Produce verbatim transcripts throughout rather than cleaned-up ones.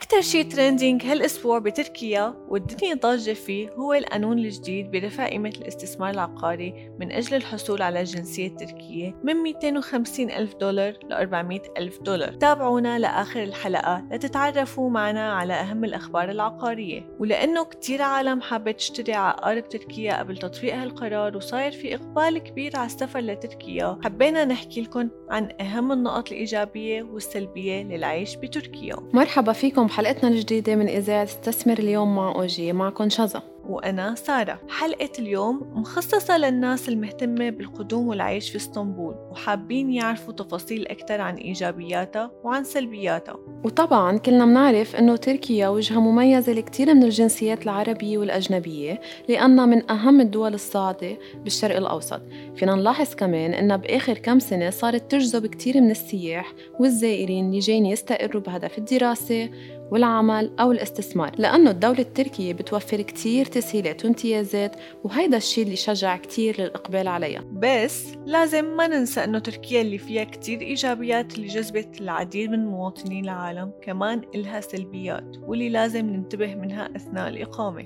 أكتر شي ترندينج هالأسبوع بتركيا والدنيا ضاجة فيه هو القانون الجديد برفع قيمة الاستثمار العقاري من أجل الحصول على الجنسية التركية من مئتين وخمسين ألف دولار ل أربعمئة ألف دولار. تابعونا لآخر الحلقة لتتعرفوا معنا على أهم الأخبار العقارية. ولأنه كتير عالم حابة تشتري عقار بتركيا قبل تطبيق هالقرار وصاير في إقبال كبير على السفر لتركيا، حبينا نحكي لكم عن أهم النقط الإيجابية والسلبية للعيش بتركيا. مرحبا فيكم بحلقتنا الجديدة من إذاعة استثمر اليوم مع أوجي. معكم شذا وأنا سارة. حلقة اليوم مخصصة للناس المهتمة بالقدوم والعيش في اسطنبول وحابين يعرفوا تفاصيل أكثر عن إيجابياتها وعن سلبياتها. وطبعاً كلنا منعرف أنه تركيا وجهة مميزة لكتير من الجنسيات العربية والأجنبية لأنها من أهم الدول الصاعدة بالشرق الأوسط. فينا نلاحظ كمان أنها بآخر كم سنة صارت تجذب كتير من السياح والزائرين اللي جايين يستقروا بهدف الدراسة والعمل أو الاستثمار، لأنه الدولة التركية بتوفر كتير تسهيلات وامتيازات، وهيدا الشيء اللي شجع كتير للإقبال عليها. بس لازم ما ننسى أنه تركيا اللي فيها كتير إيجابيات اللي جذبت العديد من مواطنين العالم كمان إلها سلبيات واللي لازم ننتبه منها أثناء الإقامة.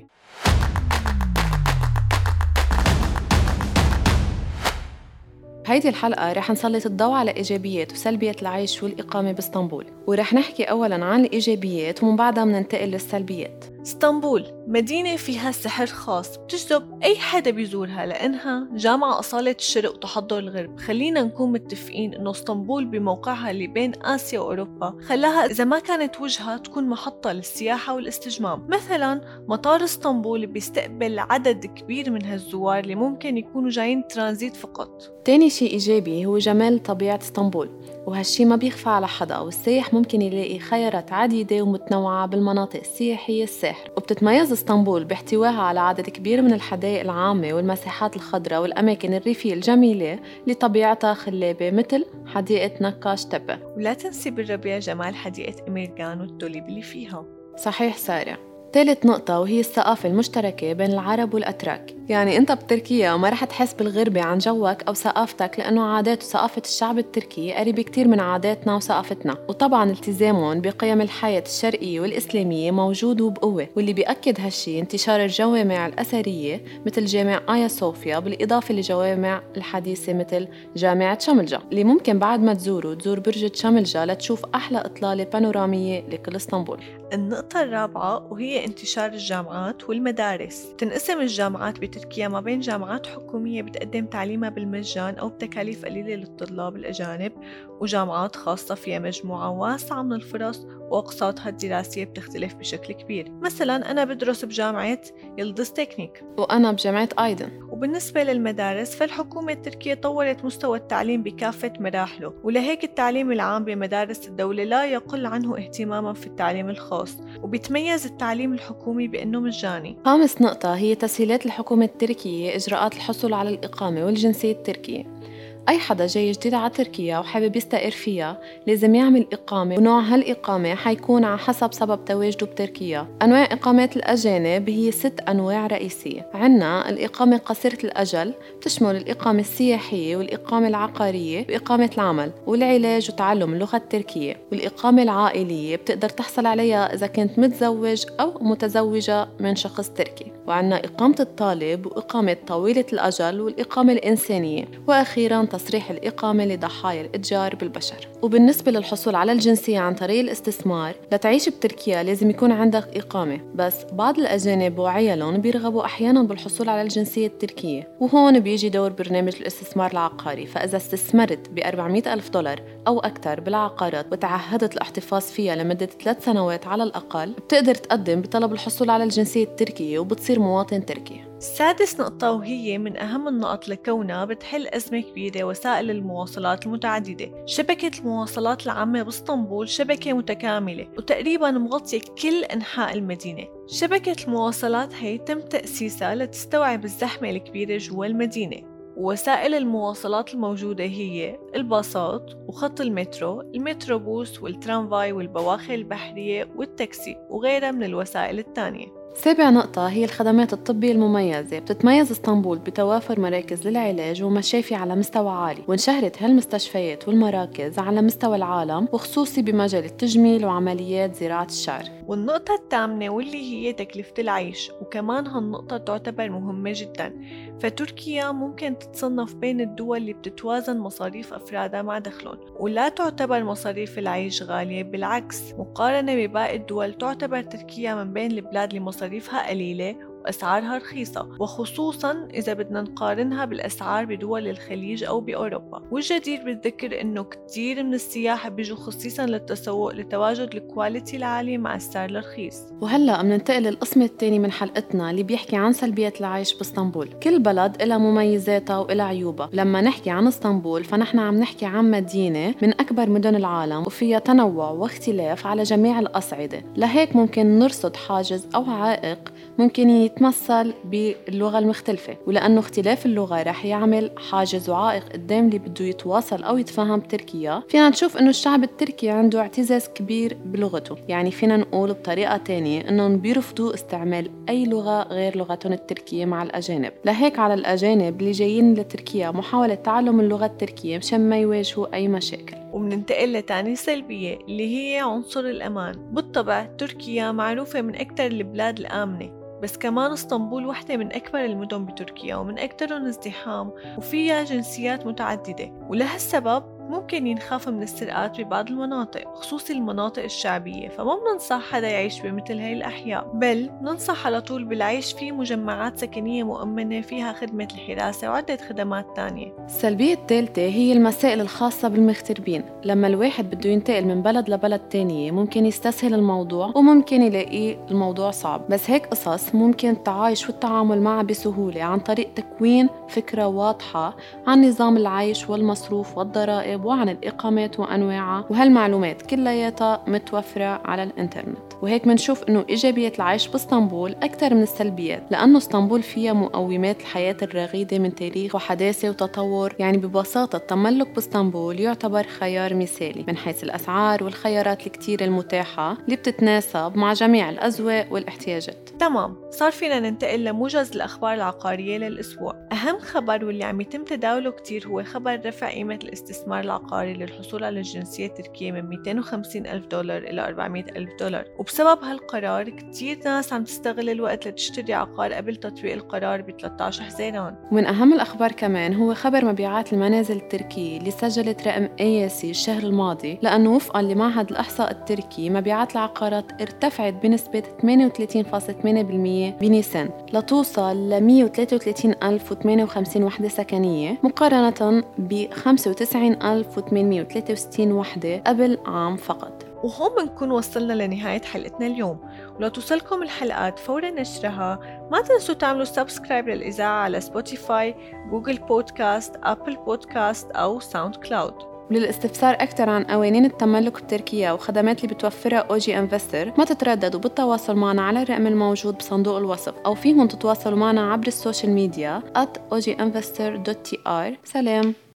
بهيدي الحلقة رح نسلط الضوء على إيجابيات وسلبيات العيش والإقامة باسطنبول، ورح نحكي أولاً عن الإيجابيات ومن بعدها مننتقل للسلبيات. اسطنبول مدينة فيها سحر خاص بتجذب أي حدا بيزورها لأنها جامعة أصالة الشرق وتحضر الغرب. خلينا نكون متفقين إنه اسطنبول بموقعها اللي بين آسيا وأوروبا خلاها إذا ما كانت وجهة تكون محطة للسياحة والاستجمام. مثلا مطار اسطنبول بيستقبل عدد كبير من هالزوار اللي ممكن يكونوا جايين ترانزيت فقط. تاني شيء إيجابي هو جمال طبيعة اسطنبول، وهالشي ما بيخفى على حدا، والسائح ممكن يلاقي خيارات عديدة ومتنوعة بالمناطق السياحية الساحرة. وبتتميز اسطنبول باحتوائها على عدد كبير من الحدائق العامة والمساحات الخضراء والأماكن الريفية الجميلة لطبيعتها خلابة مثل حديقة نقاش تبة. ولا تنسي بالربيع جمال حديقة أميرجان والتوليب اللي فيها. صحيح سارة. ثالث نقطة وهي الثقافة المشتركة بين العرب والأتراك، يعني أنت بتركيا وما رح تحس بالغربة عن جوك أو ثقافتك، لأنه عادات وثقافة الشعب التركي قريبة كتير من عاداتنا وثقافتنا، وطبعاً التزامهم بقيم الحياة الشرقية والإسلامية موجود وبقوة، واللي بيأكد هالشي انتشار الجوامع الأثرية مثل جامع آيا صوفيا، بالإضافة لجوامع الحديثة مثل جامعة شملجة، اللي ممكن بعد ما تزوروا تزور برج شملجة لتشوف أحلى إطلالة بانورامية لكل اسطنبول. النقطة الرابعة وهي انتشار الجامعات والمدارس. تنقسم الجامعات بتركيا ما بين جامعات حكومية بتقدم تعليمها بالمجان أو بتكاليف قليلة للطلاب الأجانب، وجامعات خاصة فيها مجموعة واسعة من الفرص وأقساطها الدراسية بتختلف بشكل كبير. مثلا أنا بدرس بجامعة يلدز تكنيك، وأنا بجامعة آيدن. وبالنسبة للمدارس فالحكومة التركية طورت مستوى التعليم بكافة مراحله، ولهيك التعليم العام بمدارس الدولة لا يقل عنه اهتماما في التعليم الخاص، وبيتميز التعليم الحكومي بأنه مجاني. خامس نقطة هي تسهيلات الحكومة التركية إجراءات الحصول على الإقامة والجنسية التركية. أي حدا جاي جديد على تركيا وحابب يستقر فيها لازم يعمل إقامة، ونوع هالإقامة حيكون على حسب سبب تواجده بتركيا. أنواع إقامات الأجانب هي ست أنواع رئيسية. عنا الإقامة قصيرة الأجل بتشمل الإقامة السياحية والإقامة العقارية وإقامة العمل والعلاج وتعلم اللغة التركية. والإقامة العائلية بتقدر تحصل عليها إذا كنت متزوج أو متزوجة من شخص تركي. وعنا إقامة الطالب وإقامة طويلة الأجل والإقامة الإنسانية، وأخيراً تصريح الإقامة لضحايا الإتجار بالبشر. وبالنسبة للحصول على الجنسية عن طريق الاستثمار، لتعيش بتركيا لازم يكون عندك إقامة، بس بعض الأجانب وعيالهم بيرغبوا أحياناً بالحصول على الجنسية التركية، وهون بيجي دور برنامج الاستثمار العقاري. فإذا استثمرت ب أربعمئة ألف دولار أو أكثر بالعقارات وتعهدت الاحتفاظ فيها لمدة ثلاث سنوات على الأقل، بتقدر تقدم بطلب الحصول على الجنسية التركية وبتصير مواطن تركي. سادس نقطة وهي من أهم النقط لكونها بتحل أزمة كبيرة، وسائل المواصلات المتعددة. شبكة المواصلات العامة باسطنبول شبكة متكاملة وتقريباً مغطية كل أنحاء المدينة. شبكة المواصلات هي تم تأسيسها لتستوعب الزحمة الكبيرة جوا المدينة، ووسائل المواصلات الموجودة هي الباصات وخط المترو، المتروبوس والترامفاي والبواخر البحرية والتاكسي وغيرها من الوسائل التانية. سابع نقطة هي الخدمات الطبية المميزة. بتتميز اسطنبول بتوافر مراكز للعلاج ومشافي على مستوى عالي، وانشهرت هالمستشفيات والمراكز على مستوى العالم، وخصوصي بمجال التجميل وعمليات زراعة الشعر. والنقطة الثامنة واللي هي تكلفة العيش، وكمان هالنقطة تعتبر مهمة جدا. فتركيا ممكن تتصنف بين الدول اللي بتتوازن مصاريف أفرادها مع دخلهم، ولا تعتبر مصاريف العيش غالية. بالعكس، مقارنة بباقي الدول تعتبر تركيا من بين البلاد اللي مصاريفها قليلة وأسعارها رخيصة، وخصوصاً إذا بدنا نقارنها بالأسعار بدول الخليج أو بأوروبا. والجدير بالذكر إنه كتير من السياح بيجوا خصيصاً للتسوق لتواجد الكواليتي العالي مع السعر الرخيص. وهلأ بننتقل للقسم الثاني من حلقتنا اللي بيحكي عن سلبيات العيش باسطنبول. كل بلد إلها مميزاتها وإلها عيوبها. لما نحكي عن اسطنبول فنحن عم نحكي عن مدينة من أكبر مدن العالم، وفيها تنوع واختلاف على جميع الأصعدة. لهيك ممكن نرصد حاجز أو عائق ممكن يتمثل باللغة المختلفة، ولأنه اختلاف اللغة رح يعمل حاجز وعائق قدام اللي بده يتواصل أو يتفهم تركيا. فينا نشوف إنه الشعب التركي عنده اعتزاز كبير بلغته، يعني فينا نقول بطريقة تانية إنهم بيرفضوا استعمال أي لغة غير لغتهم التركية مع الأجانب. لهيك على الأجانب اللي جايين لتركيا محاولة تعلم اللغة التركية مشان ما يواجهوا أي مشاكل. ومننتقل لتاني سلبية اللي هي عنصر الأمان. بالطبع تركيا معروفة من أكثر البلاد الآمنة، بس كمان اسطنبول واحدة من أكبر المدن بتركيا ومن أكثرهم ازدحام، وفيها جنسيات متعددة. ولهالسبب ممكن ينخاف من السرقات ببعض المناطق، خصوصي المناطق الشعبية. فما بننصح حدا يعيش بمثل هاي الأحياء، بل ننصح على طول بالعيش في مجمعات سكنية مؤمنة فيها خدمة الحراسة وعدة خدمات تانية. السلبية الثالثة هي المسائل الخاصة بالمغتربين. لما الواحد بده ينتقل من بلد لبلد تانية ممكن يستسهل الموضوع وممكن يلاقي الموضوع صعب، بس هيك قصص ممكن التعايش والتعامل معها بسهولة عن طريق تكوين فكرة واضحة عن نظام العيش والمصروف والضرائب وعن الإقامات وأنواعها، وهالمعلومات كلياتها متوفرة على الإنترنت. وهيك منشوف إنه إيجابية العيش باسطنبول أكثر من السلبيات، لأنه اسطنبول فيها مقومات الحياة الرغيدة من تاريخ وحداثة وتطور. يعني ببساطة التملك باسطنبول يعتبر خيار مثالي من حيث الأسعار والخيارات الكتير المتاحة اللي بتتناسب مع جميع الأذواق والاحتياجات. تمام، صار فينا ننتقل لموجز الأخبار العقارية للأسبوع. أهم خبر واللي عم يتم تداوله كتير هو خبر رفع قيمة الاستثمار العقاري للحصول على الجنسية التركية من مئتين وخمسين ألف دولار إلى أربعمئة ألف دولار. وبسبب هالقرار كتير ناس عم تستغل الوقت لتشتري عقار قبل تطبيق القرار ب ثلاثة عشر حزيران. ومن أهم الأخبار كمان هو خبر مبيعات المنازل التركية اللي سجلت رقم قياسي الشهر الماضي، لأنه وفقاً لمعهد الإحصاء التركي مبيعات العقارات ارتفعت بنسبة ثمانية وثلاثين فاصلة ثمانية بالمئة بنيسان لتوصل ل مئة وثلاثة وثلاثين ألف وثمانية وخمسين وحدة سكنية، مقارنة ب خمسة وتسعين ألف وثمانمئة وثلاثة وستين وحدة قبل عام فقط. وهون بنكون وصلنا لنهاية حلقتنا اليوم. ولو توصلكم الحلقات فورا نشرها ما تنسوا تعملوا سبسكرايب للإذاعة على سبوتيفاي، جوجل بودكاست، أبل بودكاست أو ساوند كلاود. وللاستفسار أكثر عن قوانين التملك بتركيا وخدمات اللي بتوفرها أو جي إنفستر ما تترددوا بالتواصل معنا على الرقم الموجود بصندوق الوصف، أو فيكم تتواصلوا معنا عبر السوشيال ميديا at o g investor dot t r. سلام.